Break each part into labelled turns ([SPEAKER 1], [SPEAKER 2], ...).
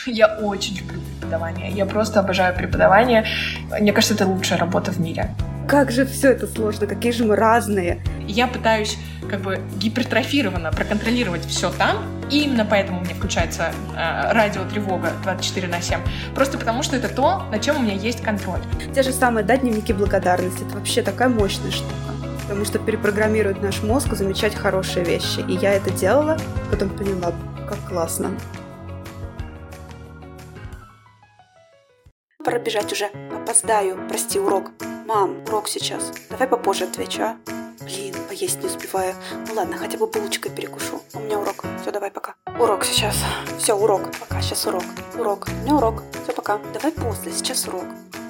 [SPEAKER 1] Я очень люблю преподавание. Я просто обожаю преподавание. Мне кажется, это лучшая работа в мире.
[SPEAKER 2] Как же все это сложно, какие же мы разные.
[SPEAKER 1] Я пытаюсь гипертрофированно проконтролировать все там, и именно поэтому у меня включается радиотревога 24/7. Просто потому, что это то, над чем у меня есть контроль.
[SPEAKER 2] Те же самые, дневники благодарности. Это вообще такая мощная штука. Потому что перепрограммирует наш мозг замечать хорошие вещи. И я это делала, потом поняла, как классно. Пора бежать уже. Опоздаю. Прости, урок. Мам, урок сейчас. Давай попозже отвечу, а? Блин, поесть не успеваю. Ну ладно, хотя бы булочкой перекушу. У меня урок. Все, давай, пока. Урок сейчас. Все, урок. Пока, сейчас урок. Урок. У меня урок. Все, пока. Давай после, сейчас урок.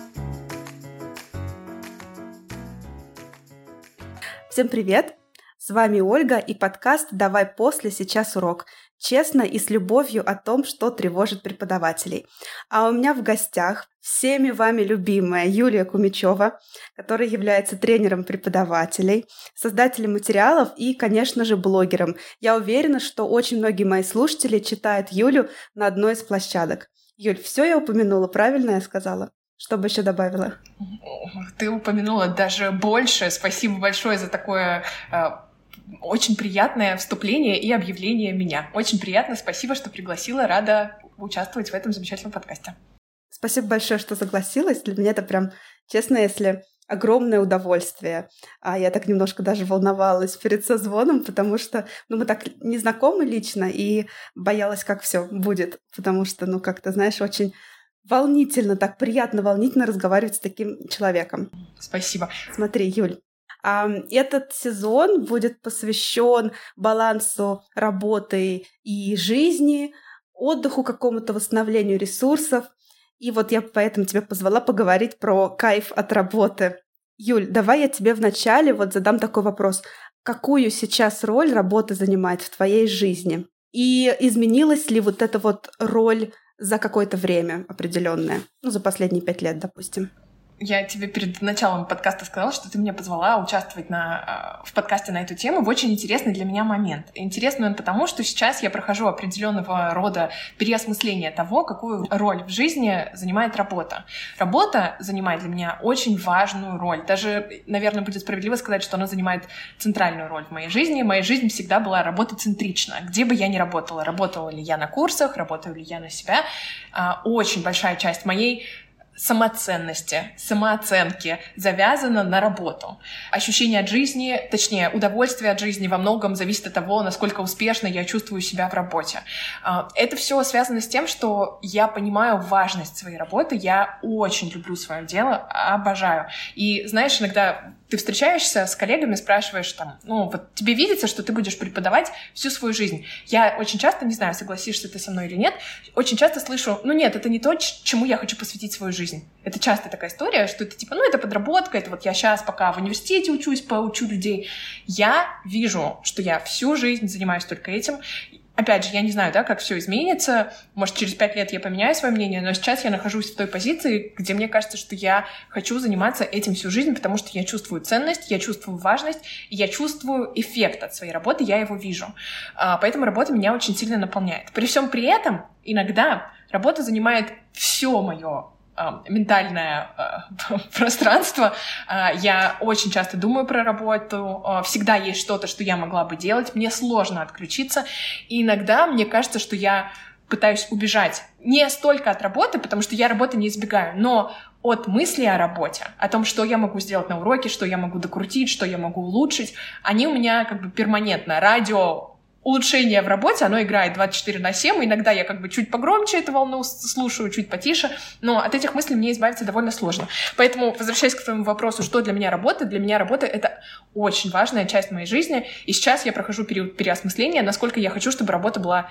[SPEAKER 2] Всем привет! С вами Ольга и подкаст «Давай после, сейчас урок». Честно и с любовью о том, что тревожит преподавателей. А у меня в гостях всеми вами любимая Юлия Кумичева, которая является тренером преподавателей, создателем материалов и, конечно же, блогером. Я уверена, что очень многие мои слушатели читают Юлю на одной из площадок. Юль, все я упомянула, правильно я сказала? Что бы еще добавила?
[SPEAKER 1] Ты упомянула даже больше. Спасибо большое за такое очень приятное вступление и объявление меня. Очень приятно, спасибо, что пригласила, рада участвовать в этом замечательном подкасте.
[SPEAKER 2] Спасибо большое, что согласилась. Для меня это прям, честно, если огромное удовольствие. А я так немножко даже волновалась перед созвоном, потому что мы так не знакомы лично, и боялась, как все будет, потому что, как-то, знаешь, очень волнительно, так приятно, волнительно разговаривать с таким человеком.
[SPEAKER 1] Спасибо.
[SPEAKER 2] Смотри, Юль, этот сезон будет посвящен балансу работы и жизни, отдыху какому-то, восстановлению ресурсов. И вот я поэтому тебя позвала поговорить про кайф от работы. Юль, давай я тебе вначале задам такой вопрос. Какую сейчас роль работа занимает в твоей жизни? И изменилась ли эта роль за какое-то время определенное? За последние 5 лет, допустим.
[SPEAKER 1] Я тебе перед началом подкаста сказала, что ты меня позвала участвовать в подкасте на эту тему в очень интересный для меня момент. Интересный он потому, что сейчас я прохожу определенного рода переосмысление того, какую роль в жизни занимает работа. Работа занимает для меня очень важную роль. Даже, наверное, будет справедливо сказать, что она занимает центральную роль в моей жизни. Моя жизнь всегда была работоцентрична. Где бы я ни работала, работала ли я на курсах, работаю ли я на себя, очень большая часть моей самоценности, самооценки завязано на работу. Ощущение от жизни, точнее, удовольствие от жизни во многом зависит от того, насколько успешно я чувствую себя в работе. Это все связано с тем, что я понимаю важность своей работы, я очень люблю свое дело, обожаю. И, знаешь, иногда ты встречаешься с коллегами, спрашиваешь тебе видится, что ты будешь преподавать всю свою жизнь. Я очень часто, не знаю, согласишься ты со мной или нет, очень часто слышу, нет, это не то, чему я хочу посвятить свою жизнь. Это часто такая история, что это это подработка, это я сейчас пока в университете учусь, поучу людей. Я вижу, что я всю жизнь занимаюсь только этим. Опять же, я не знаю, как все изменится. Может, через 5 лет я поменяю свое мнение, но сейчас я нахожусь в той позиции, где мне кажется, что я хочу заниматься этим всю жизнь, потому что я чувствую ценность, я чувствую важность, и я чувствую эффект от своей работы, я его вижу. Поэтому работа меня очень сильно наполняет. При всем при этом иногда работа занимает все мое ментальное пространство. Я очень часто думаю про работу. Всегда есть что-то, что я могла бы делать. Мне сложно отключиться. И иногда мне кажется, что я пытаюсь убежать не столько от работы, потому что я работы не избегаю, но от мысли о работе, о том, что я могу сделать на уроке, что я могу докрутить, что я могу улучшить, они у меня перманентно. Радио улучшение в работе, оно играет 24/7, иногда я чуть погромче эту волну слушаю, чуть потише, но от этих мыслей мне избавиться довольно сложно. Поэтому, возвращаясь к твоему вопросу, что для меня работа — это очень важная часть моей жизни, и сейчас я прохожу период переосмысления, насколько я хочу, чтобы работа была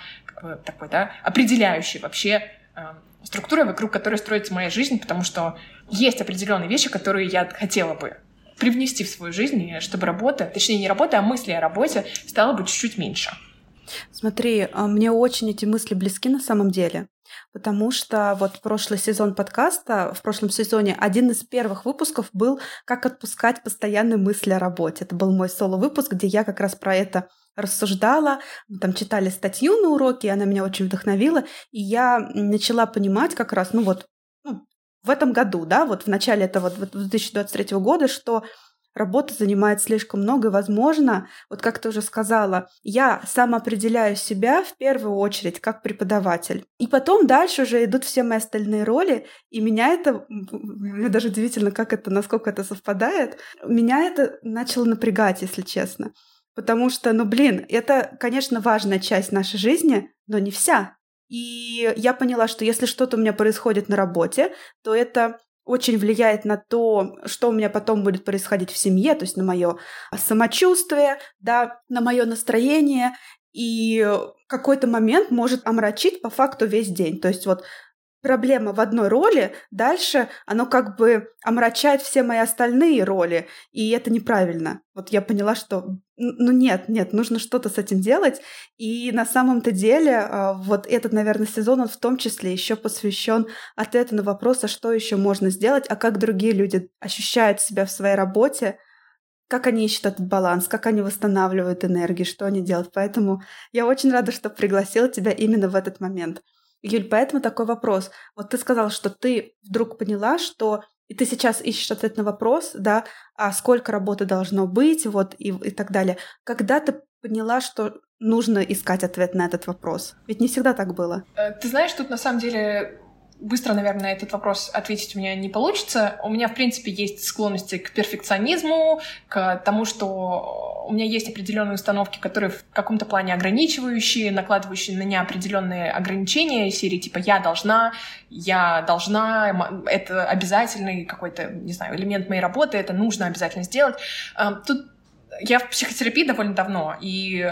[SPEAKER 1] определяющей вообще структурой, вокруг которой строится моя жизнь, потому что есть определенные вещи, которые я хотела бы привнести в свою жизнь, чтобы работа, точнее не работа, а мысли о работе стало бы чуть-чуть меньше.
[SPEAKER 2] Смотри, мне очень эти мысли близки на самом деле. потому что вот прошлый сезон подкаста, в прошлом сезоне один из первых выпусков был «Как отпускать постоянные мысли о работе». Это был мой соло-выпуск, где я как раз про это рассуждала. Мы там читали статью на уроке, и она меня очень вдохновила, и я начала понимать как раз, в этом году, да, вот в начале этого 2023 года, что работа занимает слишком много, и, возможно, вот как ты уже сказала, я самоопределяю себя в первую очередь как преподаватель. И потом дальше уже идут все мои остальные роли, и мне даже удивительно, насколько это совпадает, меня это начало напрягать, если честно. Потому что, это, конечно, важная часть нашей жизни, но не вся. И я поняла, что если что-то у меня происходит на работе, то это очень влияет на то, что у меня потом будет происходить в семье, то есть на мое самочувствие, да, на мое настроение, и какой-то момент может омрачить по факту весь день. То есть вот проблема в одной роли, дальше оно как бы омрачает все мои остальные роли, и это неправильно. Вот я поняла, что нет, нужно что-то с этим делать, и на самом-то деле вот этот, наверное, сезон, он в том числе еще посвящен ответу на вопрос, а что еще можно сделать, а как другие люди ощущают себя в своей работе, как они ищут этот баланс, как они восстанавливают энергию, что они делают. Поэтому я очень рада, что пригласила тебя именно в этот момент. Юль, поэтому такой вопрос. Вот ты сказала, что ты вдруг поняла, что и ты сейчас ищешь ответ на вопрос, да, а сколько работы должно быть, вот, и так далее. Когда ты поняла, что нужно искать ответ на этот вопрос? Ведь не всегда так было.
[SPEAKER 1] Ты знаешь, тут на самом деле быстро, наверное, на этот вопрос ответить у меня не получится. У меня, в принципе, есть склонности к перфекционизму, к тому, что у меня есть определенные установки, которые в каком-то плане ограничивающие, накладывающие на меня определенные ограничения из серии типа я должна, это обязательный какой-то, не знаю, элемент моей работы, это нужно обязательно сделать. Тут я в психотерапии довольно давно, и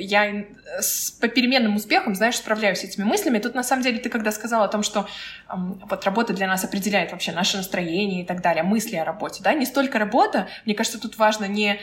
[SPEAKER 1] я с попеременным успехом, знаешь, справляюсь с этими мыслями. Тут, на самом деле, ты когда сказала о том, что вот работа для нас определяет вообще наше настроение и так далее, мысли о работе, да, не столько работа, мне кажется, тут важно не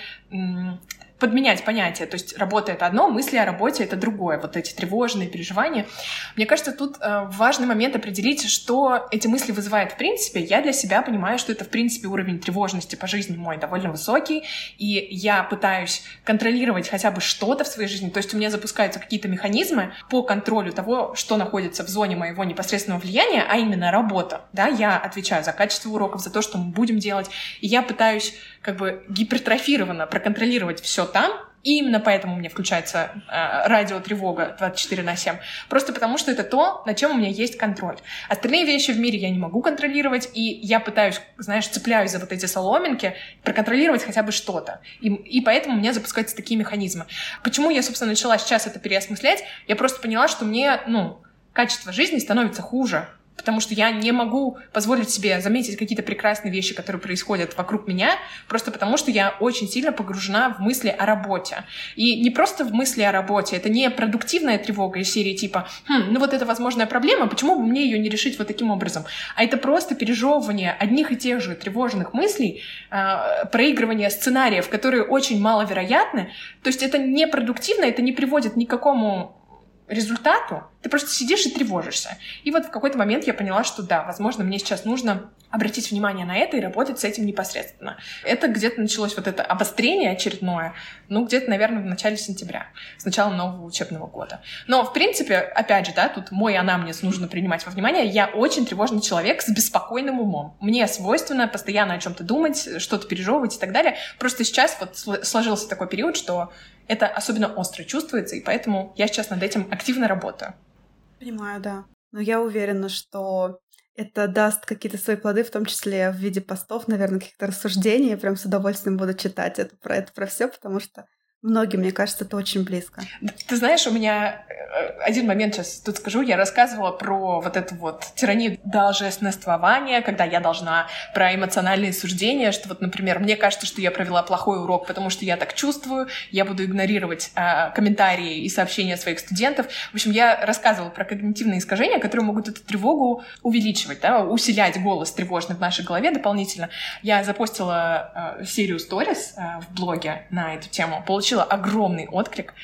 [SPEAKER 1] подменять понятия, то есть работа — это одно, мысли о работе — это другое, вот эти тревожные переживания. Мне кажется, тут важный момент определить, что эти мысли вызывают в принципе. Я для себя понимаю, что это в принципе уровень тревожности по жизни мой довольно высокий, и я пытаюсь контролировать хотя бы что-то в своей жизни, то есть у меня запускаются какие-то механизмы по контролю того, что находится в зоне моего непосредственного влияния, а именно работа, да, я отвечаю за качество уроков, за то, что мы будем делать, и я пытаюсь как бы гипертрофированно проконтролировать все там, и именно поэтому у меня включается радиотревога 24/7. Просто потому, что это то, над чем у меня есть контроль. Остальные вещи в мире я не могу контролировать, и я пытаюсь, знаешь, цепляюсь за вот эти соломинки, проконтролировать хотя бы что-то. И поэтому у меня запускаются такие механизмы. Почему я, собственно, начала сейчас это переосмыслять? Я просто поняла, что мне, качество жизни становится хуже. Потому что я не могу позволить себе заметить какие-то прекрасные вещи, которые происходят вокруг меня, просто потому что я очень сильно погружена в мысли о работе. И не просто в мысли о работе, это не продуктивная тревога из серии типа вот это возможная проблема, почему бы мне ее не решить вот таким образом? А это просто пережевывание одних и тех же тревожных мыслей, проигрывание сценариев, которые очень маловероятны. То есть это не продуктивно, это не приводит ни к какому результату, ты просто сидишь и тревожишься. И вот в какой-то момент я поняла, что да, возможно, мне сейчас нужно обратить внимание на это и работать с этим непосредственно. Это где-то началось вот это обострение очередное, где-то, наверное, в начале сентября, с начала нового учебного года. Но, в принципе, опять же, да, тут мой анамнез нужно принимать во внимание. Я очень тревожный человек с беспокойным умом. Мне свойственно постоянно о чем-то думать, что-то пережевывать и так далее. Просто сейчас вот сложился такой период, что это особенно остро чувствуется, и поэтому я сейчас над этим активно работаю.
[SPEAKER 2] Понимаю, да. Но я уверена, что это даст какие-то свои плоды, в том числе в виде постов, наверное, каких-то рассуждений. Я прям с удовольствием буду читать про все, потому что многим, мне кажется, это очень близко.
[SPEAKER 1] Ты знаешь, у меня один момент сейчас тут скажу. Я рассказывала про вот эту вот тиранию должествования, когда я должна про эмоциональные суждения, что вот, например, мне кажется, что я провела плохой урок, потому что я так чувствую, я буду игнорировать комментарии и сообщения своих студентов. В общем, я рассказывала про когнитивные искажения, которые могут эту тревогу увеличивать, да, усилять голос тревожный в нашей голове дополнительно. Я запостила серию сторис в блоге на эту тему, получила огромный отклик.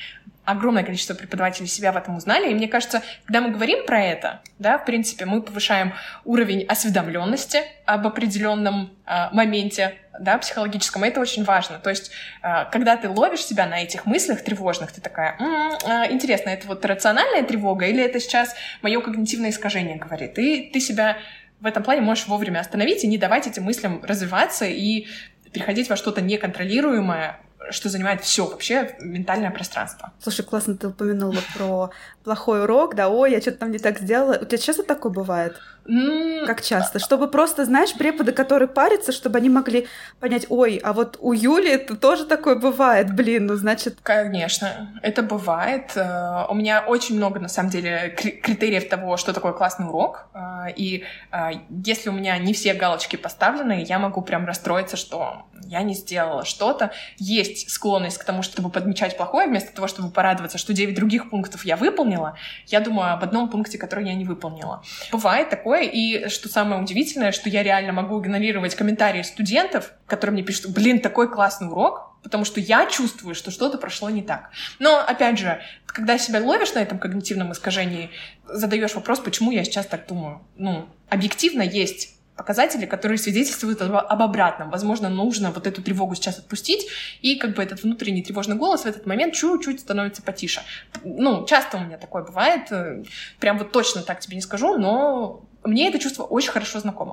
[SPEAKER 1] огромное количество преподавателей себя в этом узнали, и мне кажется, когда мы говорим про это, да, в принципе, мы повышаем уровень осведомленности об определенном моменте, да, психологическом, и это очень важно. То есть, когда ты ловишь себя на этих мыслях тревожных, ты такая, интересно, это вот рациональная тревога или это сейчас мое когнитивное искажение говорит? И ты себя в этом плане можешь вовремя остановить и не давать этим мыслям развиваться и переходить во что-то неконтролируемое, что занимает все вообще ментальное пространство.
[SPEAKER 2] Слушай, классно ты упомянула про плохой урок, да, ой, я что-то там не так сделала. У тебя часто такое бывает? Как часто? Чтобы просто, знаешь, преподы, которые парятся, чтобы они могли понять, ой, а вот у Юли это тоже такое бывает, блин, ну значит...
[SPEAKER 1] Конечно, это бывает. У меня очень много, на самом деле, критериев того, что такое классный урок, и если у меня не все галочки поставлены, я могу прям расстроиться, что я не сделала что-то. Есть склонность к тому, чтобы подмечать плохое, вместо того, чтобы порадоваться, что 9 других пунктов я выполнила, я думаю об одном пункте, который я не выполнила. Бывает такое, и что самое удивительное, что я реально могу игнорировать комментарии студентов, которые мне пишут, блин, такой классный урок, потому что я чувствую, что что-то прошло не так. Но, опять же, когда себя ловишь на этом когнитивном искажении, задаешь вопрос, почему я сейчас так думаю. Ну, объективно есть показатели, которые свидетельствуют об обратном. Возможно, нужно вот эту тревогу сейчас отпустить, и как бы этот внутренний тревожный голос в этот момент чуть-чуть становится потише. Ну, часто у меня такое бывает, прям вот точно так тебе не скажу, но мне это чувство очень хорошо знакомо.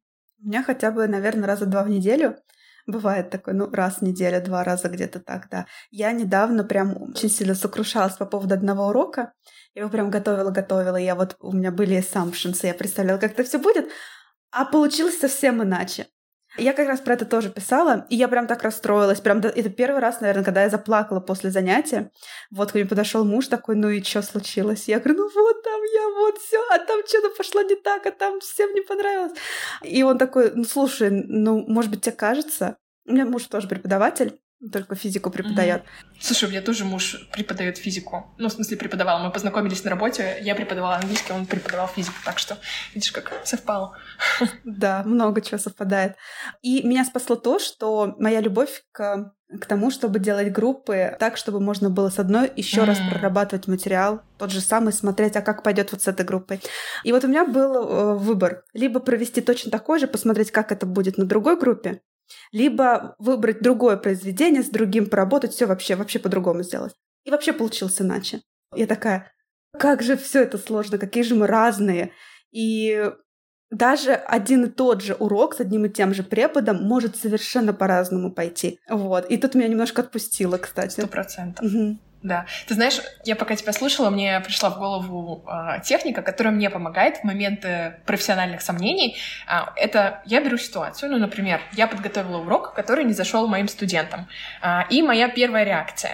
[SPEAKER 2] У меня хотя бы, наверное, раза 2 в неделю бывает такое, ну, раз в неделю, 2 раза где-то так, да. Я недавно прям очень сильно сокрушалась по поводу одного урока, я его прям готовила, я вот, у меня были assumptions, я представляла, как это все будет, а получилось совсем иначе. Я как раз про это тоже писала, и я прям так расстроилась. Прям это первый раз, наверное, когда я заплакала после занятия. Вот ко мне подошел муж такой, ну и что случилось? Я говорю, ну вот там я, вот все, а там что-то пошло не так, а там всем не понравилось. И он такой, ну слушай, ну может быть тебе кажется? У меня муж тоже преподаватель, только физику преподает.
[SPEAKER 1] Слушай, у меня тоже муж преподает физику. Ну, в смысле, преподавал. Мы познакомились на работе, я преподавала английский, он преподавал физику. Так что, видишь, как совпало.
[SPEAKER 2] Да, много чего совпадает. И меня спасло то, что моя любовь к тому, чтобы делать группы так, чтобы можно было с одной еще раз прорабатывать материал, тот же самый, смотреть, а как пойдет вот с этой группой. И вот у меня был выбор. Либо провести точно такой же, посмотреть, как это будет на другой группе, либо выбрать другое произведение, с другим поработать, все вообще по-другому сделать. И вообще получилось иначе. Я такая, как же все это сложно, какие же мы разные. И даже один и тот же урок с одним и тем же преподом может совершенно по-разному пойти. Вот. И тут меня немножко отпустило, кстати.
[SPEAKER 1] 100%. Да. Ты знаешь, я пока тебя слушала, мне пришла в голову техника, которая мне помогает в моменты профессиональных сомнений. Это я беру ситуацию, ну, например, я подготовила урок, который не зашел моим студентам. И моя первая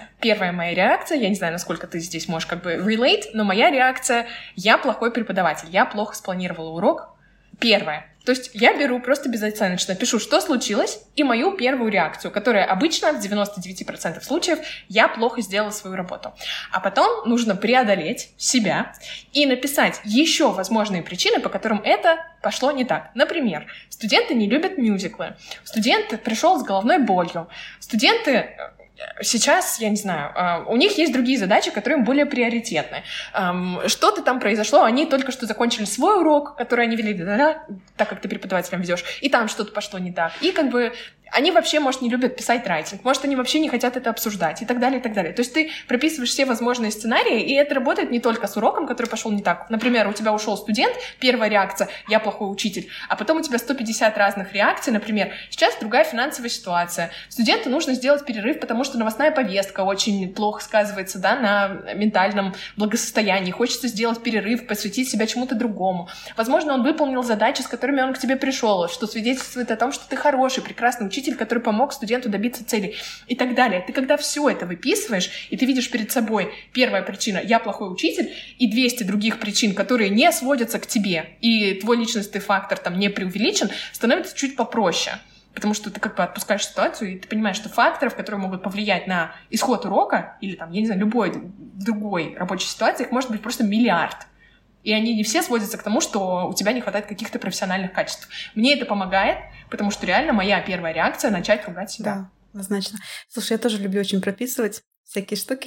[SPEAKER 1] моя реакция, я не знаю, насколько ты здесь можешь как бы relate, но моя реакция, я плохой преподаватель, я плохо спланировала урок. Первое. То есть я беру просто безоценочно, пишу, что случилось, и мою первую реакцию, которая обычно в 99% случаев я плохо сделала свою работу. А потом нужно преодолеть себя и написать еще возможные причины, по которым это пошло не так. Например, студенты не любят мюзиклы, студент пришел с головной болью, студенты... Сейчас, я не знаю, у них есть другие задачи, которые им более приоритетны. Что-то там произошло, они только что закончили свой урок, который они вели, так как ты преподавателем ведешь, и там что-то пошло не так. И как бы они вообще, может, не любят писать райтинг, может, они вообще не хотят это обсуждать и так далее, и так далее. То есть ты прописываешь все возможные сценарии, и это работает не только с уроком, который пошел не так. Например, у тебя ушел студент, первая реакция «я плохой учитель», а потом у тебя 150 разных реакций, например, сейчас другая финансовая ситуация. Студенту нужно сделать перерыв, потому что новостная повестка очень плохо сказывается, да, на ментальном благосостоянии. Хочется сделать перерыв, посвятить себя чему-то другому. Возможно, он выполнил задачи, с которыми он к тебе пришел, что свидетельствует о том, что ты хороший, прекрасный учитель, который помог студенту добиться цели и так далее. Ты когда все это выписываешь, и ты видишь перед собой первая причина «я плохой учитель» и 200 других причин, которые не сводятся к тебе, и твой личностный фактор там не преувеличен, становится чуть попроще. Потому что ты как бы отпускаешь ситуацию, и ты понимаешь, что факторов, которые могут повлиять на исход урока или там, я не знаю, любой другой рабочей ситуации, их может быть просто миллиард. И они не все сводятся к тому, что у тебя не хватает каких-то профессиональных качеств. Мне это помогает, потому что реально моя первая реакция — начать ругать себя.
[SPEAKER 2] Да, однозначно. Слушай, я тоже люблю очень прописывать всякие штуки.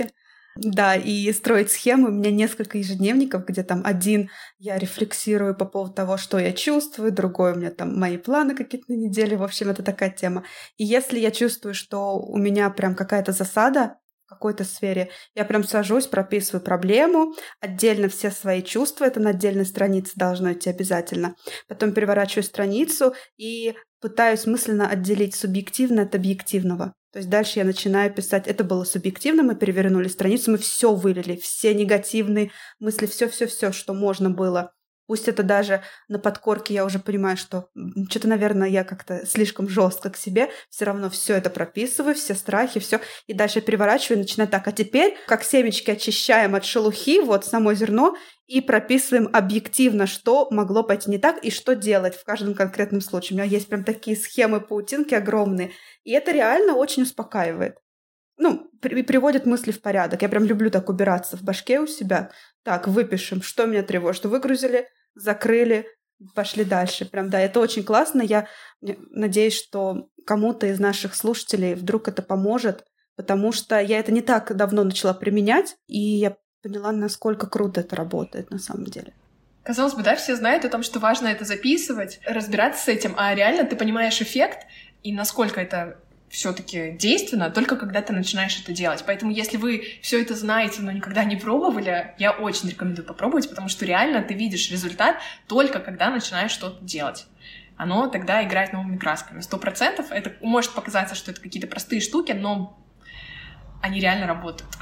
[SPEAKER 2] Да, и строить схемы. У меня несколько ежедневников, где там один я рефлексирую по поводу того, что я чувствую, другой у меня там мои планы какие-то на неделю. В общем, это такая тема. И если я чувствую, что у меня прям какая-то засада в какой-то сфере, я прям сажусь, прописываю проблему, отдельно все свои чувства, это на отдельной странице должно идти обязательно. Потом переворачиваю страницу и пытаюсь мысленно отделить субъективное от объективного. То есть дальше я начинаю писать, это было субъективно, мы перевернули страницу, мы все вылили, все негативные мысли, все, что можно было. Пусть это даже на подкорке я уже понимаю, что что-то, наверное, я как-то слишком жестко к себе, все равно все это прописываю, все страхи, все, и дальше переворачиваю и начинаю так. А теперь, как семечки очищаем от шелухи, вот само зерно, и прописываем объективно, что могло пойти не так и что делать в каждом конкретном случае. У меня есть прям такие схемы паутинки огромные, и это реально очень успокаивает. Приводит мысли в порядок. Я прям люблю так убираться в башке у себя. Так, выпишем, что меня тревожит. Выгрузили, закрыли, пошли дальше. Прям, да, это очень классно. Я надеюсь, что кому-то из наших слушателей вдруг это поможет, потому что я это не так давно начала применять, и я поняла, насколько круто это работает на самом деле.
[SPEAKER 1] Казалось бы, да, все знают о том, что важно это записывать, разбираться с этим, а реально ты понимаешь эффект и насколько это все-таки действенно, только когда ты начинаешь это делать. Поэтому, если вы все это знаете, но никогда не пробовали, я очень рекомендую попробовать, потому что реально ты видишь результат только когда начинаешь что-то делать. Оно тогда играет новыми красками. 100%. Это может показаться, что это какие-то простые штуки, но они реально работают.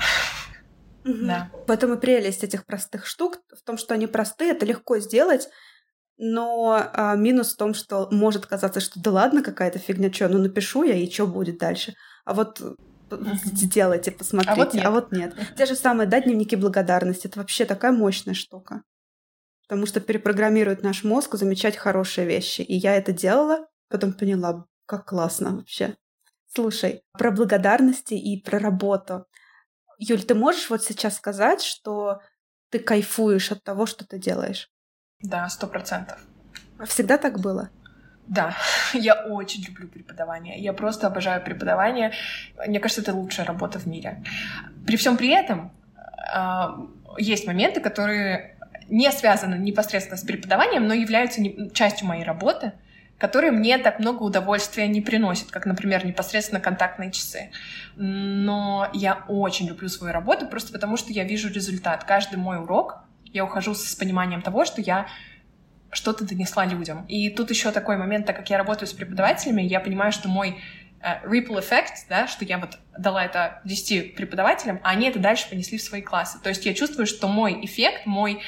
[SPEAKER 1] Да.
[SPEAKER 2] В этом и прелесть этих простых штук, в том, что они простые, это легко сделать, но минус в том, что может казаться, что да ладно, какая-то фигня, что, напишу я, и что будет дальше. А вот сделайте, посмотрите. А вот нет. Те же самые, да, дневники благодарности. Это вообще такая мощная штука. Потому что перепрограммирует наш мозг замечать хорошие вещи. И я это делала, потом поняла, как классно вообще. Слушай, про благодарности и про работу. Юль, ты можешь вот сейчас сказать, что ты кайфуешь от того, что ты делаешь?
[SPEAKER 1] Да, 100%.
[SPEAKER 2] А всегда так было?
[SPEAKER 1] Да, я очень люблю преподавание. Я просто обожаю преподавание. Мне кажется, это лучшая работа в мире. При всем при этом есть моменты, которые не связаны непосредственно с преподаванием, но являются частью моей работы, которые мне так много удовольствия не приносят, как, например, непосредственно контактные часы. Но я очень люблю свою работу, просто потому что я вижу результат. Каждый мой урок я ухожу с пониманием того, что я что-то донесла людям. И тут еще такой момент, так как я работаю с преподавателями, я понимаю, что мой ripple effect, да, что я вот дала это 10 преподавателям, а они это дальше понесли в свои классы. То есть я чувствую, что мой эффект, мое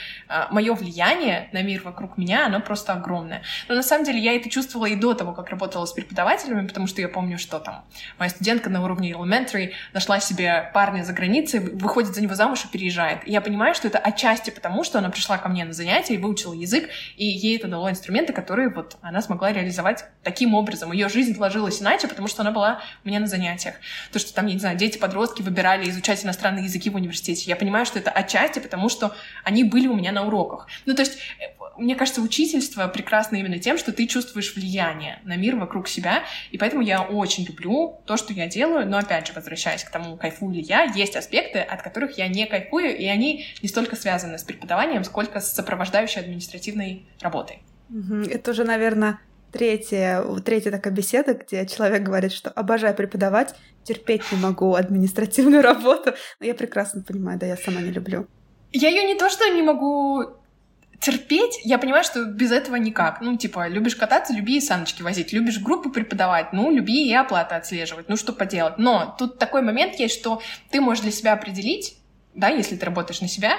[SPEAKER 1] влияние на мир вокруг меня, оно просто огромное. Но на самом деле я это чувствовала и до того, как работала с преподавателями, потому что я помню, что там моя студентка на уровне elementary нашла себе парня за границей, выходит за него замуж и переезжает. И я понимаю, что это отчасти потому, что она пришла ко мне на занятия и выучила язык, и ей это дало инструменты, которые вот она смогла реализовать таким образом. Ее жизнь сложилась иначе, потому что она была у меня на занятиях. То, что там, я не знаю, дети-подростки выбирали изучать иностранные языки в университете. Я понимаю, что это отчасти потому, что они были у меня на уроках. То есть, мне кажется, учительство прекрасно именно тем, что ты чувствуешь влияние на мир вокруг себя, и поэтому я очень люблю то, что я делаю, но, опять же, возвращаясь к тому, кайфую ли я, есть аспекты, от которых я не кайфую, и они не столько связаны с преподаванием, сколько с сопровождающей административной работой.
[SPEAKER 2] Это уже, наверное, третья такая беседа, где человек говорит, что обожаю преподавать, терпеть не могу административную работу. Но я прекрасно понимаю, да, я сама не люблю.
[SPEAKER 1] Я ее не то, что не могу терпеть, я понимаю, что без этого никак. Любишь кататься, люби и саночки возить. Любишь группы преподавать, люби и оплаты отслеживать. Что поделать. Но тут такой момент есть, что ты можешь для себя определить, да, если ты работаешь на себя,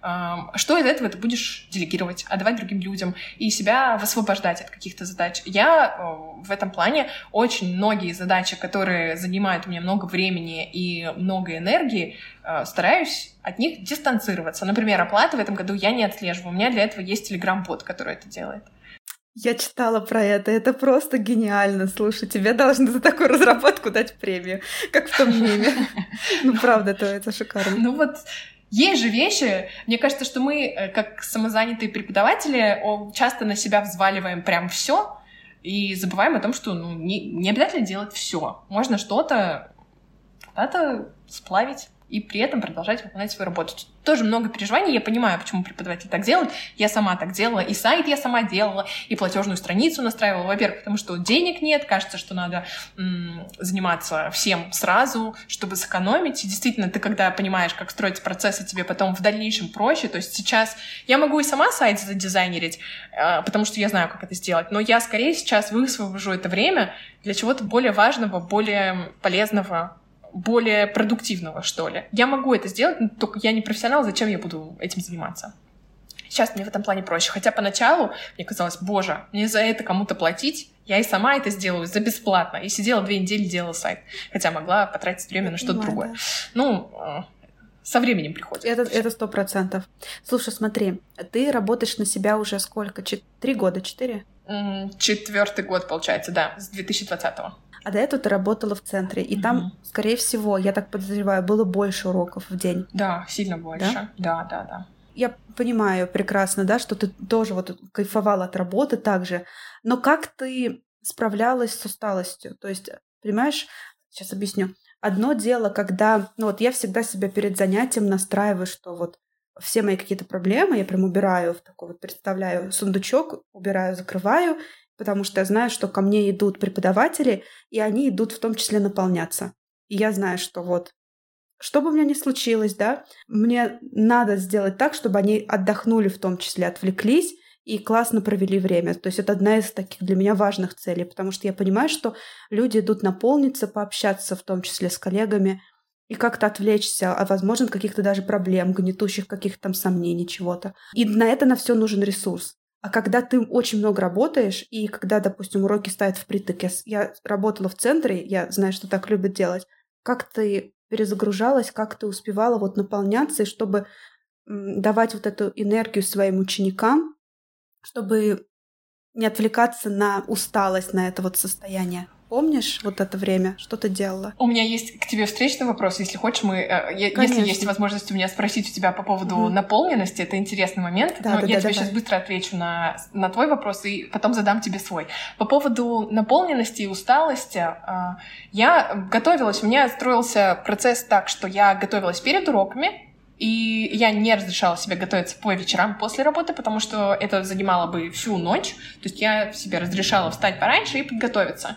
[SPEAKER 1] что из этого ты будешь делегировать, отдавать другим людям и себя высвобождать от каких-то задач. Я в этом плане очень многие задачи, которые занимают у меня много времени и много энергии, стараюсь от них дистанцироваться. Например, оплаты в этом году я не отслеживаю. У меня для этого есть Telegram-бот, который это делает.
[SPEAKER 2] Я читала про это просто гениально. Слушай, тебе должны за такую разработку дать премию, как в том меме. Правда, это шикарно.
[SPEAKER 1] Есть же вещи, мне кажется, что мы, как самозанятые преподаватели, часто на себя взваливаем прям все и забываем о том, что не обязательно делать все. Можно что-то куда-то сплавить и при этом продолжать выполнять свою работу. Тут тоже много переживаний, я понимаю, почему преподаватели так делают. Я сама так делала, и сайт я сама делала, и платежную страницу настраивала. Во-первых, потому что денег нет, кажется, что надо заниматься всем сразу, чтобы сэкономить. И действительно, ты когда понимаешь, как строить процессы, тебе потом в дальнейшем проще. То есть сейчас я могу и сама сайт задизайнерить, потому что я знаю, как это сделать, но я скорее сейчас высвобожу это время для чего-то более важного, более полезного, более продуктивного, что ли. Я могу это сделать, но только я не профессионал, зачем я буду этим заниматься? Сейчас мне в этом плане проще. Хотя поначалу мне казалось, боже, мне за это кому-то платить, я и сама это сделаю за бесплатно. И сидела 2 недели, делала сайт. Хотя могла потратить время на что-то другое. Да. Ну, со временем приходит.
[SPEAKER 2] Это 100%. Слушай, смотри, ты работаешь на себя уже сколько? 3 года? 4?
[SPEAKER 1] 4-й год, получается, да, с 2020-го.
[SPEAKER 2] А до этого ты работала в центре, и там, скорее всего, я так подозреваю, было больше уроков в день.
[SPEAKER 1] Да, сильно больше. Да.
[SPEAKER 2] Я понимаю прекрасно, да, что ты тоже вот кайфовала от работы так же, но как ты справлялась с усталостью? То есть, понимаешь, сейчас объясню. Одно дело, когда, ну вот я всегда себя перед занятием настраиваю, что вот все мои какие-то проблемы я прям убираю в такой вот, представляю сундучок, убираю, закрываю, потому что я знаю, что ко мне идут преподаватели, и они идут в том числе наполняться. И я знаю, что вот, что бы у меня ни случилось, да, мне надо сделать так, чтобы они отдохнули в том числе, отвлеклись и классно провели время. То есть это одна из таких для меня важных целей, потому что я понимаю, что люди идут наполниться, пообщаться, в том числе с коллегами, и как-то отвлечься, а возможно, от каких-то даже проблем, гнетущих каких-то там сомнений, чего-то. И на это на все нужен ресурс. А когда ты очень много работаешь, и когда, допустим, уроки ставят впритык, я работала в центре, я знаю, что так любят делать, как ты перезагружалась, как ты успевала вот наполняться, и чтобы давать вот эту энергию своим ученикам, чтобы не отвлекаться на усталость, на это вот состояние. Помнишь вот это время? Что ты делала?
[SPEAKER 1] У меня есть к тебе встречный вопрос. Если хочешь, если есть возможность у меня спросить у тебя по поводу наполненности, это интересный момент. Я тебе сейчас быстро отвечу на твой вопрос и потом задам тебе свой. По поводу наполненности и усталости, я готовилась, у меня строился процесс так, что я готовилась перед уроками, и я не разрешала себе готовиться по вечерам после работы, потому что это занимало бы всю ночь. То есть я себе разрешала встать пораньше и подготовиться.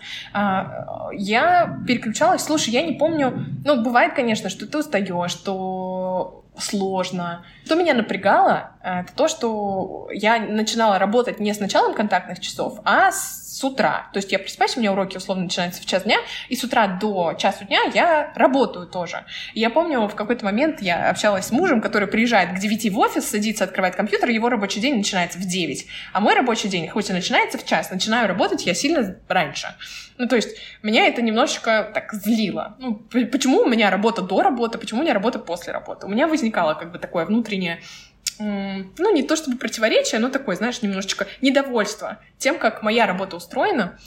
[SPEAKER 1] Я переключалась. Слушай, я не помню... Ну, бывает, конечно, что ты устаешь, что сложно. Что меня напрягало, это то, что я начинала работать не с началом контактных часов, а с утра. То есть я просыпаюсь, у меня уроки условно начинаются в 1 дня, и с утра до 1 дня я работаю тоже. И я помню, в какой-то момент я общалась с мужем, который приезжает к 9 в офис, садится, открывает компьютер, его рабочий день начинается в 9. А мой рабочий день, хоть и начинается в 1, начинаю работать я сильно раньше. Ну, то есть меня это немножечко так злило. Ну, почему у меня работа до работы, почему у меня работа после работы? У меня возникало как бы такое внутреннее, ну, не то чтобы противоречие, но такое, знаешь, немножечко недовольство тем, как моя работа устроена.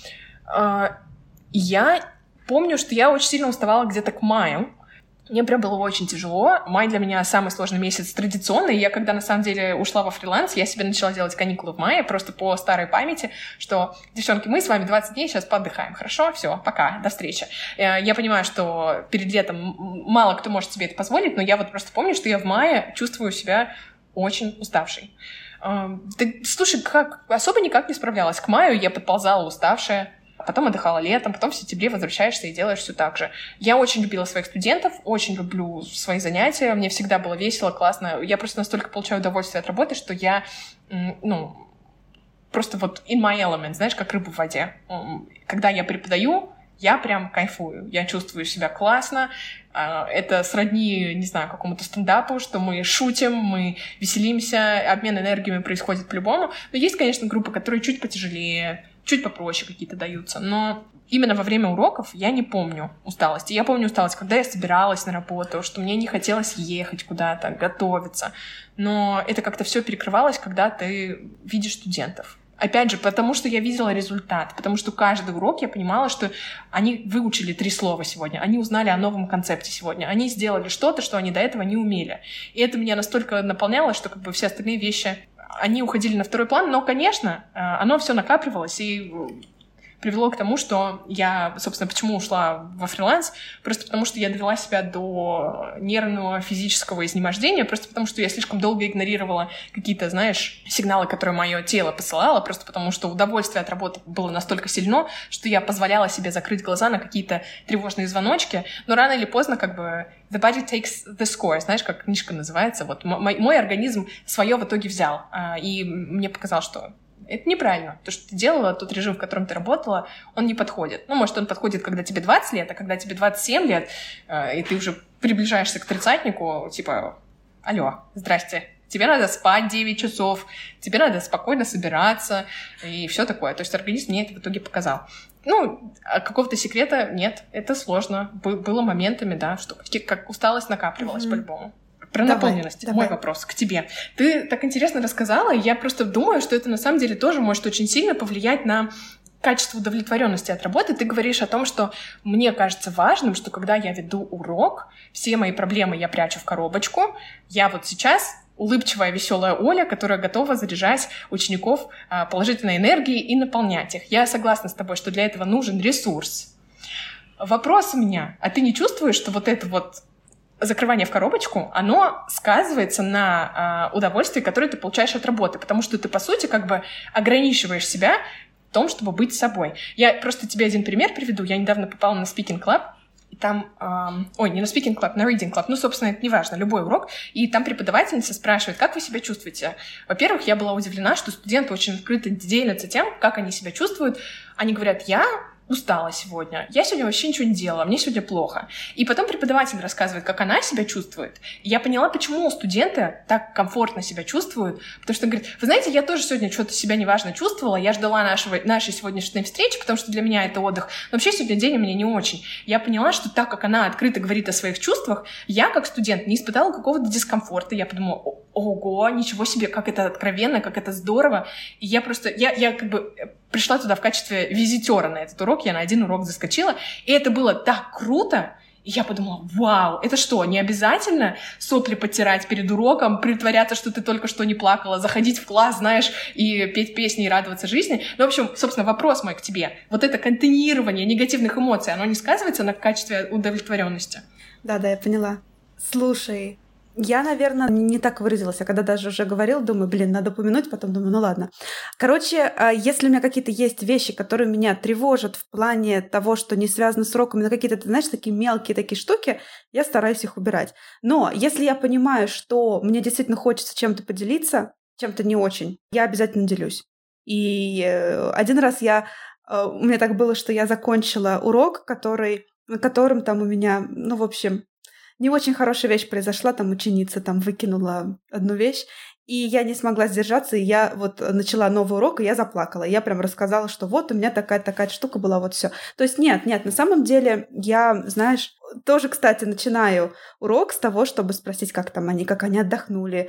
[SPEAKER 1] Я помню, что я очень сильно уставала где-то к маю. Мне прям было очень тяжело. Май для меня самый сложный месяц традиционный. Я когда на самом деле ушла во фриланс, я себе начала делать каникулы в мае, просто по старой памяти, что, девчонки, мы с вами 20 дней сейчас поотдыхаем, хорошо? Все, пока, до встречи. Я понимаю, что перед летом мало кто может себе это позволить, но я вот просто помню, что я в мае чувствую себя очень уставшей. Слушай, особо никак не справлялась. К маю я подползала уставшая, потом отдыхала летом, потом в сентябре возвращаешься и делаешь все так же. Я очень любила своих студентов, очень люблю свои занятия, мне всегда было весело, классно. Я просто настолько получаю удовольствие от работы, что я, просто вот in my element, знаешь, как рыба в воде. Когда я преподаю, я прям кайфую, я чувствую себя классно. Это сродни, не знаю, какому-то стендапу, что мы шутим, мы веселимся, обмен энергиями происходит по-любому. Но есть, конечно, группы, которые чуть потяжелее, чуть попроще какие-то даются, но именно во время уроков я не помню усталости. Я помню усталость, когда я собиралась на работу, что мне не хотелось ехать куда-то, готовиться. Но это как-то все перекрывалось, когда ты видишь студентов. Опять же, потому что я видела результат, потому что каждый урок я понимала, что они выучили 3 слова сегодня, они узнали о новом концепте сегодня, они сделали что-то, что они до этого не умели. И это меня настолько наполняло, что как бы все остальные вещи, они уходили на второй план, но, конечно, оно все накапливалось, и привело к тому, что я, собственно, почему ушла во фриланс, просто потому что я довела себя до нервного физического изнемождения, просто потому что я слишком долго игнорировала какие-то, знаешь, сигналы, которые мое тело посылало, просто потому что удовольствие от работы было настолько сильно, что я позволяла себе закрыть глаза на какие-то тревожные звоночки, но рано или поздно как бы the body takes the score, знаешь, как книжка называется, вот мой организм свое в итоге взял, и мне показалось, что это неправильно. То, что ты делала, тот режим, в котором ты работала, он не подходит. Ну, может, он подходит, когда тебе 20 лет, а когда тебе 27 лет, и ты уже приближаешься к тридцатнику, типа, алло, здрасте, тебе надо спать 9 часов, тебе надо спокойно собираться и все такое. То есть организм мне это в итоге показал. Ну, а какого-то секрета нет, это сложно. Было моментами, да, что как усталость накапливалась по-любому. Про наполненность. Мой вопрос к тебе. Ты так интересно рассказала, и я просто думаю, что это на самом деле тоже может очень сильно повлиять на качество удовлетворенности от работы. Ты говоришь о том, что мне кажется важным, что когда я веду урок, все мои проблемы я прячу в коробочку. Я вот сейчас улыбчивая, веселая Оля, которая готова заряжать учеников положительной энергией и наполнять их. Я согласна с тобой, что для этого нужен ресурс. Вопрос у меня. А ты не чувствуешь, что вот это вот закрывание в коробочку, оно сказывается на удовольствии, которое ты получаешь от работы, потому что ты, по сути, как бы ограничиваешь себя в том, чтобы быть собой. Я просто тебе один пример приведу. Я недавно попала на Speaking Club, и там... не на Speaking Club, на Reading Club. Ну, собственно, это неважно, любой урок. И там преподавательница спрашивает, как вы себя чувствуете? Во-первых, я была удивлена, что студенты очень открыто делятся тем, как они себя чувствуют. Они говорят, я устала сегодня, я сегодня вообще ничего не делала, мне сегодня плохо. И потом преподаватель рассказывает, как она себя чувствует. И я поняла, почему студенты так комфортно себя чувствуют, потому что, говорит, вы знаете, я тоже сегодня что-то себя неважно чувствовала, я ждала нашей сегодняшней встречи, потому что для меня это отдых, но вообще сегодня день у меня не очень. Я поняла, что так как она открыто говорит о своих чувствах, я, как студент, не испытала какого-то дискомфорта. Я подумала, ого, ничего себе, как это откровенно, как это здорово. И я просто, я как бы пришла туда в качестве визитера на этот урок, я на один урок заскочила, и это было так круто, и я подумала, вау, это что, не обязательно сопли подтирать перед уроком, притворяться, что ты только что не плакала, заходить в класс, знаешь, и петь песни и радоваться жизни? Ну, в общем, собственно, вопрос мой к тебе. Вот это контейнирование негативных эмоций, оно не сказывается на качестве удовлетворенности?
[SPEAKER 2] Да, я поняла. Слушай, я, наверное, не так выразилась. Я когда даже уже говорила, думаю, надо упомянуть, потом думаю, ну ладно. Короче, если у меня какие-то есть вещи, которые меня тревожат в плане того, что не связаны с уроками, но какие-то, ты знаешь, такие мелкие такие штуки, я стараюсь их убирать. Но если я понимаю, что мне действительно хочется чем-то поделиться, чем-то не очень, я обязательно делюсь. И один раз у меня так было, что я закончила урок, на котором там у меня, ну, в общем, не очень хорошая вещь произошла, там ученица там выкинула одну вещь, и я не смогла сдержаться, и я вот начала новый урок, и я заплакала. Я прям рассказала, что вот у меня такая штука была, вот все. То есть нет, на самом деле я, знаешь, тоже, кстати, начинаю урок с того, чтобы спросить, как они отдохнули,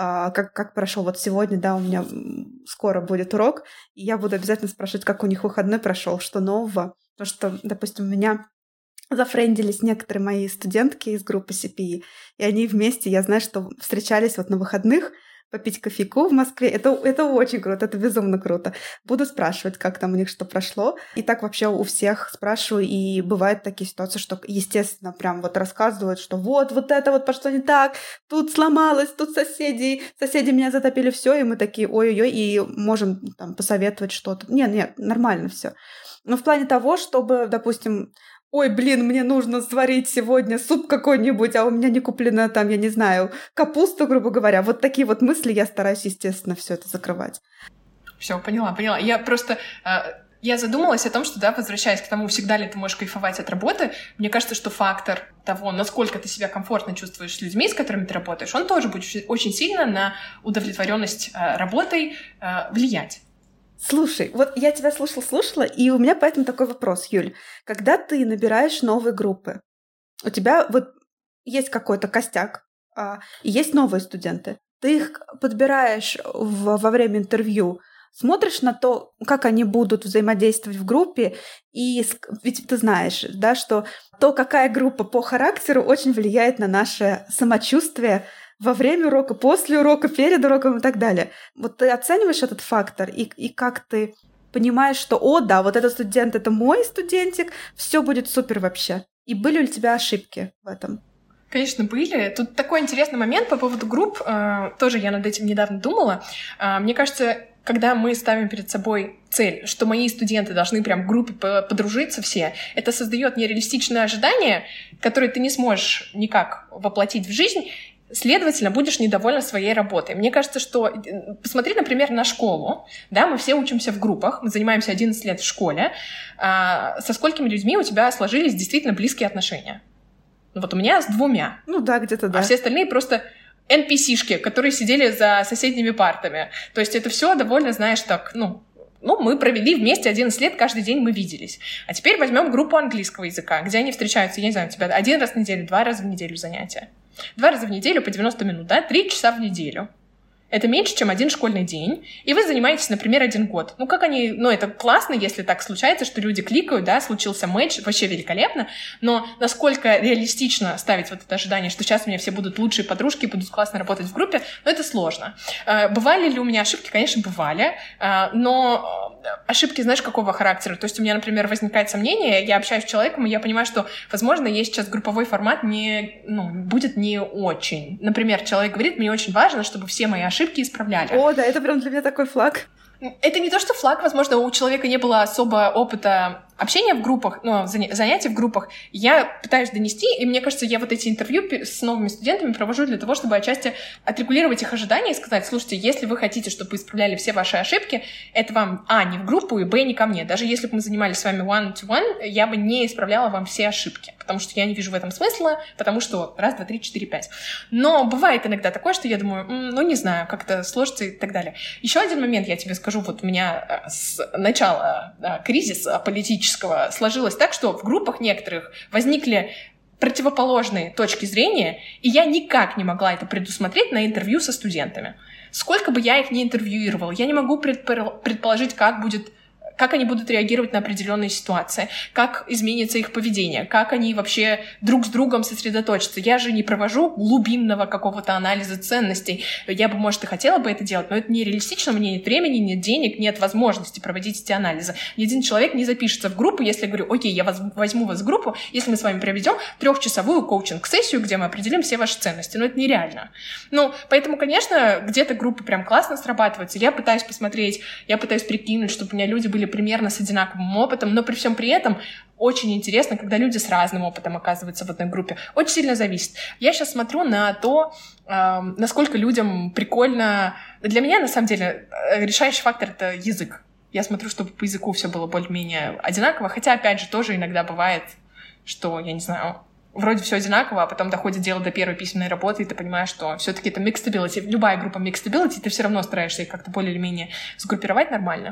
[SPEAKER 2] как прошел. Вот сегодня, да, у меня скоро будет урок, и я буду обязательно спрашивать, как у них выходной прошел, что нового. Потому что, допустим, у меня зафрендились некоторые мои студентки из группы CPE, и они вместе, я знаю, что встречались вот на выходных попить кофейку в Москве. Это очень круто, это безумно круто. Буду спрашивать, как там у них что прошло. И так вообще у всех спрашиваю, и бывают такие ситуации, что, естественно, прям вот рассказывают, что вот это вот пошло не так, тут сломалось, тут соседи меня затопили, все, и мы такие, ой-ой-ой, и можем там посоветовать что-то. Нет, нормально все. Но в плане того, чтобы, допустим, ой, мне нужно сварить сегодня суп какой-нибудь, а у меня не куплена там, я не знаю, капуста, грубо говоря. Вот такие вот мысли я стараюсь, естественно, все это закрывать.
[SPEAKER 1] Все, поняла. Я просто... Я задумалась о том, что, да, возвращаясь к тому, всегда ли ты можешь кайфовать от работы, мне кажется, что фактор того, насколько ты себя комфортно чувствуешь с людьми, с которыми ты работаешь, он тоже будет очень сильно на удовлетворенность работой влиять.
[SPEAKER 2] Слушай, вот я тебя слушала, и у меня поэтому такой вопрос, Юль. Когда ты набираешь новые группы, у тебя вот есть какой-то костяк, и есть новые студенты. Ты их подбираешь во время интервью, смотришь на то, как они будут взаимодействовать в группе, и ведь ты знаешь, да, что то, какая группа по характеру, очень влияет на наше самочувствие во время урока, после урока, перед уроком и так далее. Вот ты оцениваешь этот фактор, и как ты понимаешь, что, о, да, вот этот студент — это мой студентик, все будет супер вообще. И были ли у тебя ошибки в этом?
[SPEAKER 1] Конечно, были. Тут такой интересный момент по поводу групп. Тоже я над этим недавно думала. Мне кажется, когда мы ставим перед собой цель, что мои студенты должны прям в группе подружиться все, это создает нереалистичные ожидания, которые ты не сможешь никак воплотить в жизнь, следовательно, будешь недовольна своей работой. Мне кажется, что... Посмотри, например, на школу. Да, мы все учимся в группах, мы занимаемся 11 лет в школе. Со сколькими людьми у тебя сложились действительно близкие отношения? Вот у меня с 2.
[SPEAKER 2] Ну да, где-то да.
[SPEAKER 1] А все остальные просто NPC-шки, которые сидели за соседними партами. То есть это все довольно, знаешь, так, мы провели вместе 11 лет, каждый день мы виделись. А теперь возьмем группу английского языка, где они встречаются, я не знаю, у тебя 1 раз в неделю, 2 раза в неделю занятия. 2 раза в неделю по 90 минут, да, 3 часа в неделю. Это меньше, чем 1 школьный день, и вы занимаетесь, например, 1 год. Это классно, если так случается, что люди кликают, да, случился матч, вообще великолепно, но насколько реалистично ставить вот это ожидание, что сейчас у меня все будут лучшие подружки, будут классно работать в группе, это сложно. Бывали ли у меня ошибки? Конечно, бывали, но ошибки, знаешь, какого характера? То есть у меня, например, возникает сомнение, я общаюсь с человеком, и я понимаю, что, возможно, ей сейчас групповой формат будет не очень. Например, человек говорит, мне очень важно, чтобы все мои ошибки исправляли.
[SPEAKER 2] О, да, это прям для меня такой флаг.
[SPEAKER 1] Это не то, что флаг, возможно, у человека не было особо опыта общения в группах, занятий в группах. Я пытаюсь донести, и мне кажется, я вот эти интервью с новыми студентами провожу для того, чтобы отчасти отрегулировать их ожидания и сказать, слушайте, если вы хотите, чтобы вы исправляли все ваши ошибки, это вам, не в группу, и, не ко мне. Даже если бы мы занимались с вами one-to-one, я бы не исправляла вам все ошибки, потому что я не вижу в этом смысла, потому что 1, 2, 3, 4, 5. Но бывает иногда такое, что я думаю, не знаю, как-то сложится и так далее. Еще один момент я тебе скажу. Вот у меня с начала кризиса политического сложилось так, что в группах некоторых возникли противоположные точки зрения, и я никак не могла это предусмотреть на интервью со студентами. Сколько бы я их ни интервьюировала, я не могу предположить, как они будут реагировать на определенные ситуации, как изменится их поведение, как они вообще друг с другом сосредоточатся. Я же не провожу глубинного какого-то анализа ценностей. Я бы, может, и хотела бы это делать, но это нереалистично, у меня нет времени, нет денег, нет возможности проводить эти анализы. Ни один человек не запишется в группу, если я говорю, окей, я возьму вас в группу, если мы с вами проведем 3-часовую коучинг-сессию, где мы определим все ваши ценности. Но это нереально. Поэтому, конечно, где-то группы прям классно срабатываются. Я пытаюсь посмотреть, я пытаюсь прикинуть, чтобы у меня люди были примерно с одинаковым опытом, но при всем при этом очень интересно, когда люди с разным опытом оказываются в одной группе. Очень сильно зависит. Я сейчас смотрю на то, насколько людям прикольно... Для меня, на самом деле, решающий фактор — это язык. Я смотрю, чтобы по языку все было более-менее одинаково, хотя, опять же, тоже иногда бывает, что, я не знаю, вроде все одинаково, а потом доходит дело до первой письменной работы, и ты понимаешь, что все-таки это mixed ability. Любая группа mixed ability, ты все равно стараешься их как-то более или менее сгруппировать нормально.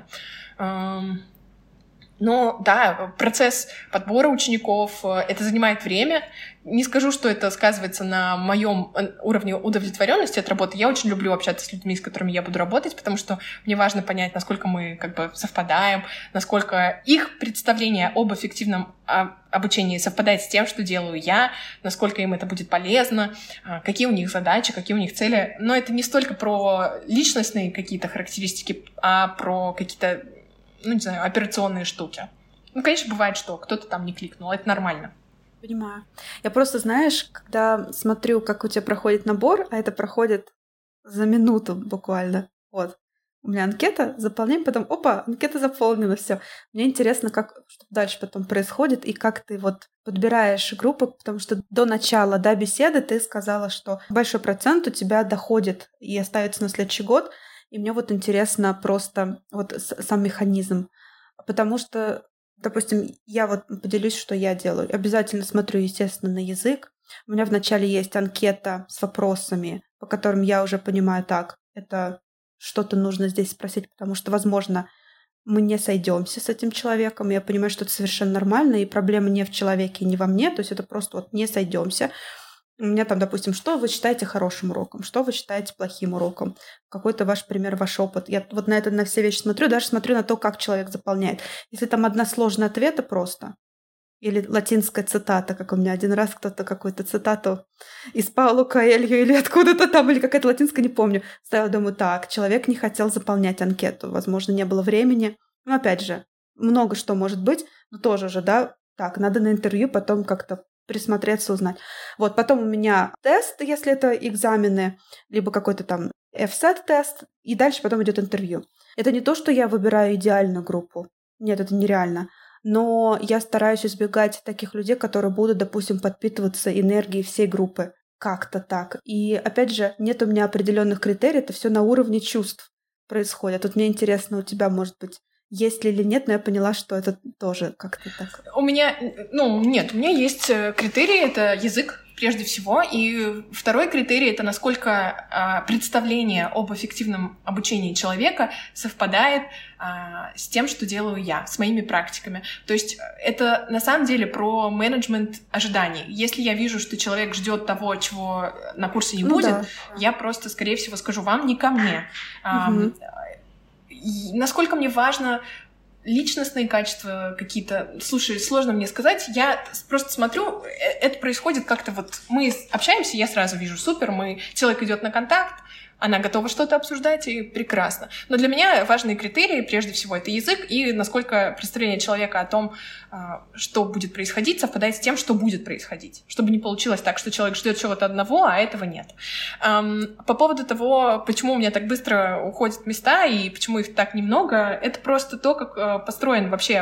[SPEAKER 1] Но да, процесс подбора учеников, это занимает время. Не скажу, что это сказывается на моем уровне удовлетворенности от работы. Я очень люблю общаться с людьми, с которыми я буду работать, потому что мне важно понять, насколько мы совпадаем, насколько их представление об эффективном обучении совпадает с тем, что делаю я, насколько им это будет полезно, какие у них задачи, какие у них цели. Но это не столько про личностные какие-то характеристики, а про какие-то операционные штуки. Конечно, бывает, что кто-то там не кликнул, это нормально.
[SPEAKER 2] Понимаю. Я просто, знаешь, когда смотрю, как у тебя проходит набор, а это проходит за минуту буквально. Вот. У меня анкета, заполняем, потом, опа, анкета заполнена, все. Мне интересно, что дальше потом происходит, и как ты подбираешь группы, потому что до начала, беседы ты сказала, что большой процент у тебя доходит и остается на следующий год. И мне интересно просто сам механизм. Потому что, допустим, я поделюсь, что я делаю. Обязательно смотрю, естественно, на язык. У меня вначале есть анкета с вопросами, по которым я уже понимаю, это что-то нужно здесь спросить, потому что, возможно, мы не сойдемся с этим человеком. Я понимаю, что это совершенно нормально, и проблема не в человеке, не во мне. То есть это просто не сойдемся. У меня там, допустим, что вы считаете хорошим уроком, что вы считаете плохим уроком, какой-то ваш пример, ваш опыт. Я на все вещи смотрю, даже смотрю на то, как человек заполняет. Если там одна сложная ответа просто, или латинская цитата, как у меня один раз кто-то какую-то цитату из Пауло Коэльо или откуда-то там, или какая-то латинская, не помню, ставила, думаю, человек не хотел заполнять анкету, возможно, не было времени, Ну, опять же, много что может быть, но тоже же, да, так, надо на интервью потом как-то присмотреться, узнать. Вот, потом у меня тест, если это экзамены, либо какой-то там FSAT-тест, и дальше потом идет интервью. Это не то, что я выбираю идеальную группу. Нет, это нереально. Но я стараюсь избегать таких людей, которые будут, допустим, подпитываться энергией всей группы. Как-то так. И, опять же, нет у меня определенных критерий, это все на уровне чувств происходит. Тут мне интересно, у тебя, может быть, есть ли или нет, но я поняла, что это тоже как-то так.
[SPEAKER 1] У меня есть критерии, это язык, прежде всего, и второй критерий — это насколько представление об эффективном обучении человека совпадает с тем, что делаю я, с моими практиками. То есть это на самом деле про менеджмент ожиданий. Если я вижу, что человек ждет того, чего на курсе не будет, я просто, скорее всего, скажу вам, не ко мне. Насколько мне важно личностные качества какие-то. Слушай, сложно мне сказать. Я просто смотрю, это происходит как-то вот... Мы общаемся, я сразу вижу, супер, человек идет на контакт, она готова что-то обсуждать, и прекрасно. Но для меня важные критерии, прежде всего, это язык и насколько представление человека о том, что будет происходить, совпадает с тем, что будет происходить. Чтобы не получилось так, что человек ждет чего-то одного, а этого нет. По поводу того, почему у меня так быстро уходят места и почему их так немного, это просто то, как построен вообще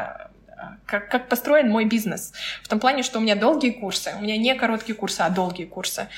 [SPEAKER 1] как построен мой бизнес. В том плане, что у меня долгие курсы. У меня не короткие курсы, а долгие курсы.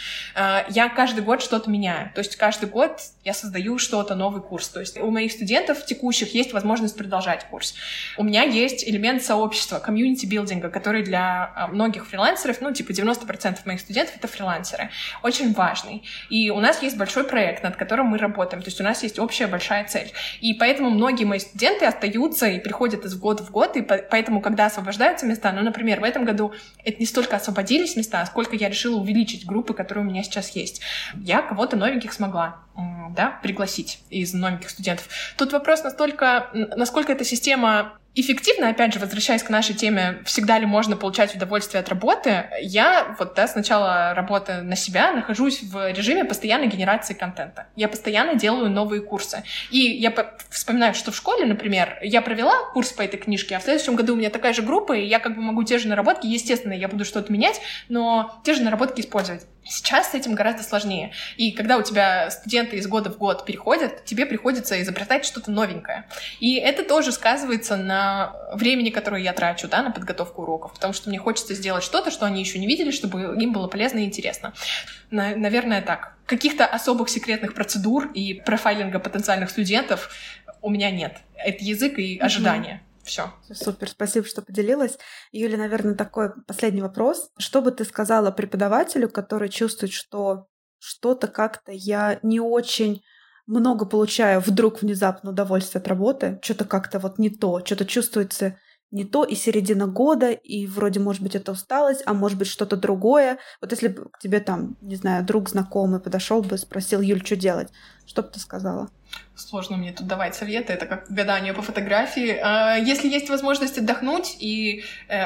[SPEAKER 1] Я каждый год что-то меняю. То есть каждый год я создаю что-то, новый курс. То есть у моих студентов текущих есть возможность продолжать курс. У меня есть элемент сообщества, комьюнити-билдинга, который для многих фрилансеров, 90% моих студентов — это фрилансеры. Очень важный. И у нас есть большой проект, над которым мы работаем. То есть у нас есть общая большая цель. И поэтому многие мои студенты остаются и приходят из года в год, и поэтому, когда освобождаются места, например, в этом году это не столько освободились места, сколько я решила увеличить группы, которые у меня сейчас есть. Я кого-то новеньких смогла, пригласить из новеньких студентов. Тут вопрос насколько эта система эффективно, опять же, возвращаясь к нашей теме, всегда ли можно получать удовольствие от работы, я с начала работы на себя нахожусь в режиме постоянной генерации контента. Я постоянно делаю новые курсы. И я вспоминаю, что в школе, например, я провела курс по этой книжке, а в следующем году у меня такая же группа, и я могу те же наработки, естественно, я буду что-то менять, но те же наработки использовать. Сейчас с этим гораздо сложнее. И когда у тебя студенты из года в год переходят, тебе приходится изобретать что-то новенькое. И это тоже сказывается на времени, которое я трачу, на подготовку уроков, потому что мне хочется сделать что-то, что они еще не видели, чтобы им было полезно и интересно. Наверное, так. Каких-то особых секретных процедур и профайлинга потенциальных студентов у меня нет. Это язык и ожидания. Все.
[SPEAKER 2] Супер, спасибо, что поделилась. Юля, наверное, такой последний вопрос. Что бы ты сказала преподавателю, который чувствует, что что-то как-то я не очень много получаю вдруг внезапно удовольствие от работы, что-то как-то не то, что-то чувствуется не то, и середина года, и вроде, может быть, это усталость, а может быть, что-то другое. Вот если бы к тебе не знаю, друг знакомый подошел бы, спросил: Юль, что делать? Что бы ты сказала?
[SPEAKER 1] Сложно мне тут давать советы, это как гадание по фотографии. Если есть возможность отдохнуть, и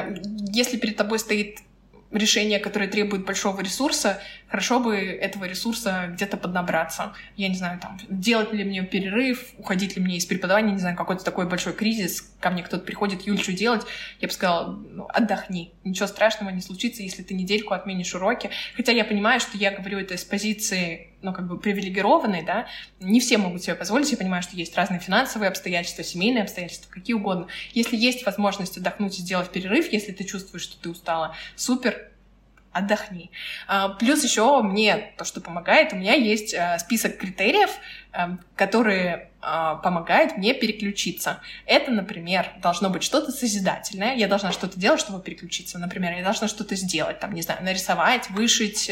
[SPEAKER 1] если перед тобой стоит решение, которое требует большого ресурса, хорошо бы этого ресурса где-то поднабраться. Я не знаю, делать ли мне перерыв, уходить ли мне из преподавания, не знаю, какой-то такой большой кризис, ко мне кто-то приходит: Юль, что делать? Я бы сказала: отдохни. Ничего страшного не случится, если ты недельку отменишь уроки. Хотя я понимаю, что я говорю это из позиции, привилегированной, не все могут себе позволить. Я понимаю, что есть разные финансовые обстоятельства, семейные обстоятельства, какие угодно. Если есть возможность отдохнуть и сделать перерыв, если ты чувствуешь, что ты устала, супер, отдохни. Плюс еще мне то, что помогает, у меня есть список критериев, которые помогают мне переключиться. Это, например, должно быть что-то созидательное. Я должна что-то делать, чтобы переключиться. Например, я должна что-то сделать, нарисовать, вышить,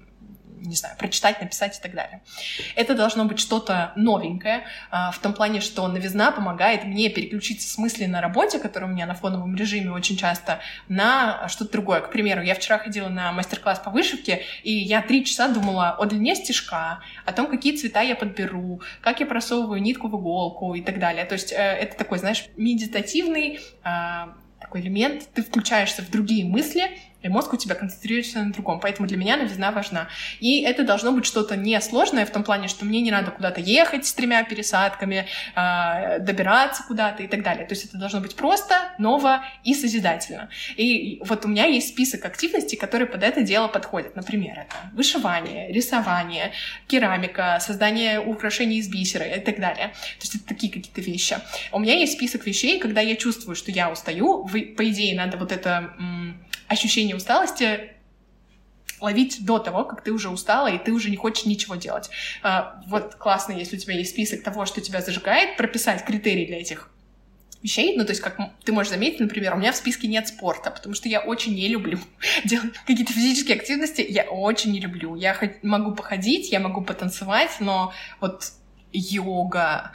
[SPEAKER 1] прочитать, написать и так далее. Это должно быть что-то новенькое, в том плане, что новизна помогает мне переключиться с мысли на работе, которая у меня на фоновом режиме очень часто, на что-то другое. К примеру, я вчера ходила на мастер-класс по вышивке, и я 3 часа думала о длине стежка, о том, какие цвета я подберу, как я просовываю нитку в иголку и так далее. То есть это такой, медитативный такой элемент. Ты включаешься в другие мысли, и мозг у тебя концентрируется на другом. Поэтому для меня новизна важна. И это должно быть что-то несложное в том плане, что мне не надо куда-то ехать с 3 пересадками, добираться куда-то и так далее. То есть это должно быть просто, ново и созидательно. И вот у меня есть список активностей, которые под это дело подходят. Например, это вышивание, рисование, керамика, создание украшений из бисера и так далее. То есть это такие какие-то вещи. У меня есть список вещей, когда я чувствую, что я устаю. По идее, надо вот это ощущение усталости ловить до того, как ты уже устала, и ты уже не хочешь ничего делать. Вот классно, если у тебя есть список того, что тебя зажигает, прописать критерии для этих вещей. Ну, то есть, как ты можешь заметить, например, у меня в списке нет спорта, потому что я очень не люблю делать какие-то физические активности. Я очень не люблю. Я могу походить, я могу потанцевать, но вот йога,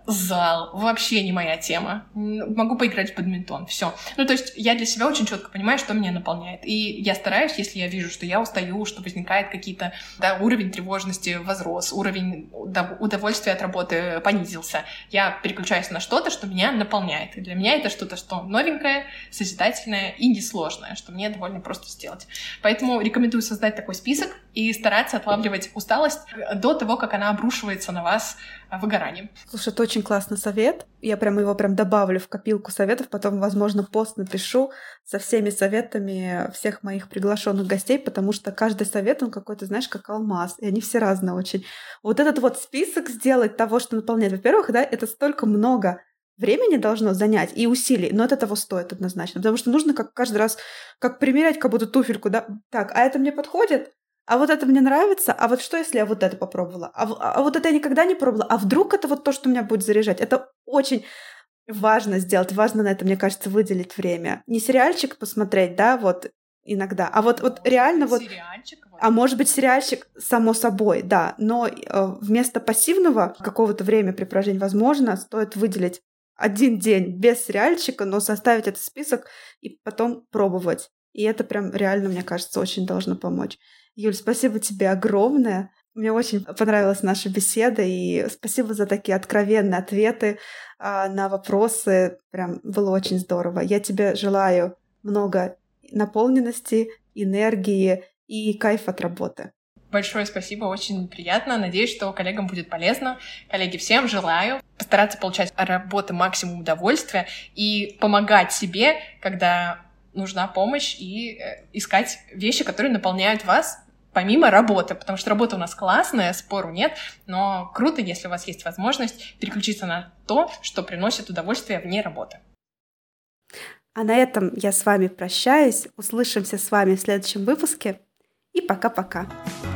[SPEAKER 1] зал вообще не моя тема. Могу поиграть в бадминтон, все. Ну, то есть я для себя очень четко понимаю, что меня наполняет. И я стараюсь, если я вижу, что я устаю, что возникает какие-то, да, уровень тревожности возрос, уровень удовольствия от работы понизился, я переключаюсь на что-то, что меня наполняет. И для меня это что-то, что новенькое, созидательное и несложное, что мне довольно просто сделать. Поэтому рекомендую создать такой список и стараться отлавливать усталость до того, как она обрушивается на вас выгоранием.
[SPEAKER 2] Слушай, это очень классный совет. Я его добавлю в копилку советов, потом, возможно, пост напишу со всеми советами всех моих приглашенных гостей, потому что каждый совет, он какой-то, знаешь, как алмаз, и они все разные очень. Вот этот вот список сделать того, что наполняет. Во-первых, да, это столько много времени должно занять и усилий, но это того стоит однозначно, потому что нужно как каждый раз, как примерять, как будто туфельку, да, так, а это мне подходит? А вот это мне нравится, а вот что, если я вот это попробовала? А вот это я никогда не пробовала, а вдруг это вот то, что меня будет заряжать? Это очень важно сделать, важно на это, мне кажется, выделить время. Не сериальчик посмотреть, да, вот иногда, а вот реально вот...
[SPEAKER 1] Сериальчик, вот.
[SPEAKER 2] А может быть, сериальчик, само собой, да, но вместо пассивного какого-то времяпрепровождения, возможно, стоит выделить 1 день без сериальчика, но составить этот список и потом пробовать. И это прям реально, мне кажется, очень должно помочь. Юль, спасибо тебе огромное. Мне очень понравилась наша беседа, и спасибо за такие откровенные ответы на вопросы. Прям было очень здорово. Я тебе желаю много наполненности, энергии и кайфа от работы.
[SPEAKER 1] Большое спасибо, очень приятно. Надеюсь, что коллегам будет полезно. Коллеги, всем желаю постараться получать от работы максимум удовольствия и помогать себе, когда нужна помощь, и искать вещи, которые наполняют вас помимо работы, потому что работа у нас классная, спору нет, но круто, если у вас есть возможность переключиться на то, что приносит удовольствие вне работы.
[SPEAKER 2] А на этом я с вами прощаюсь. Услышимся с вами в следующем выпуске. И пока-пока.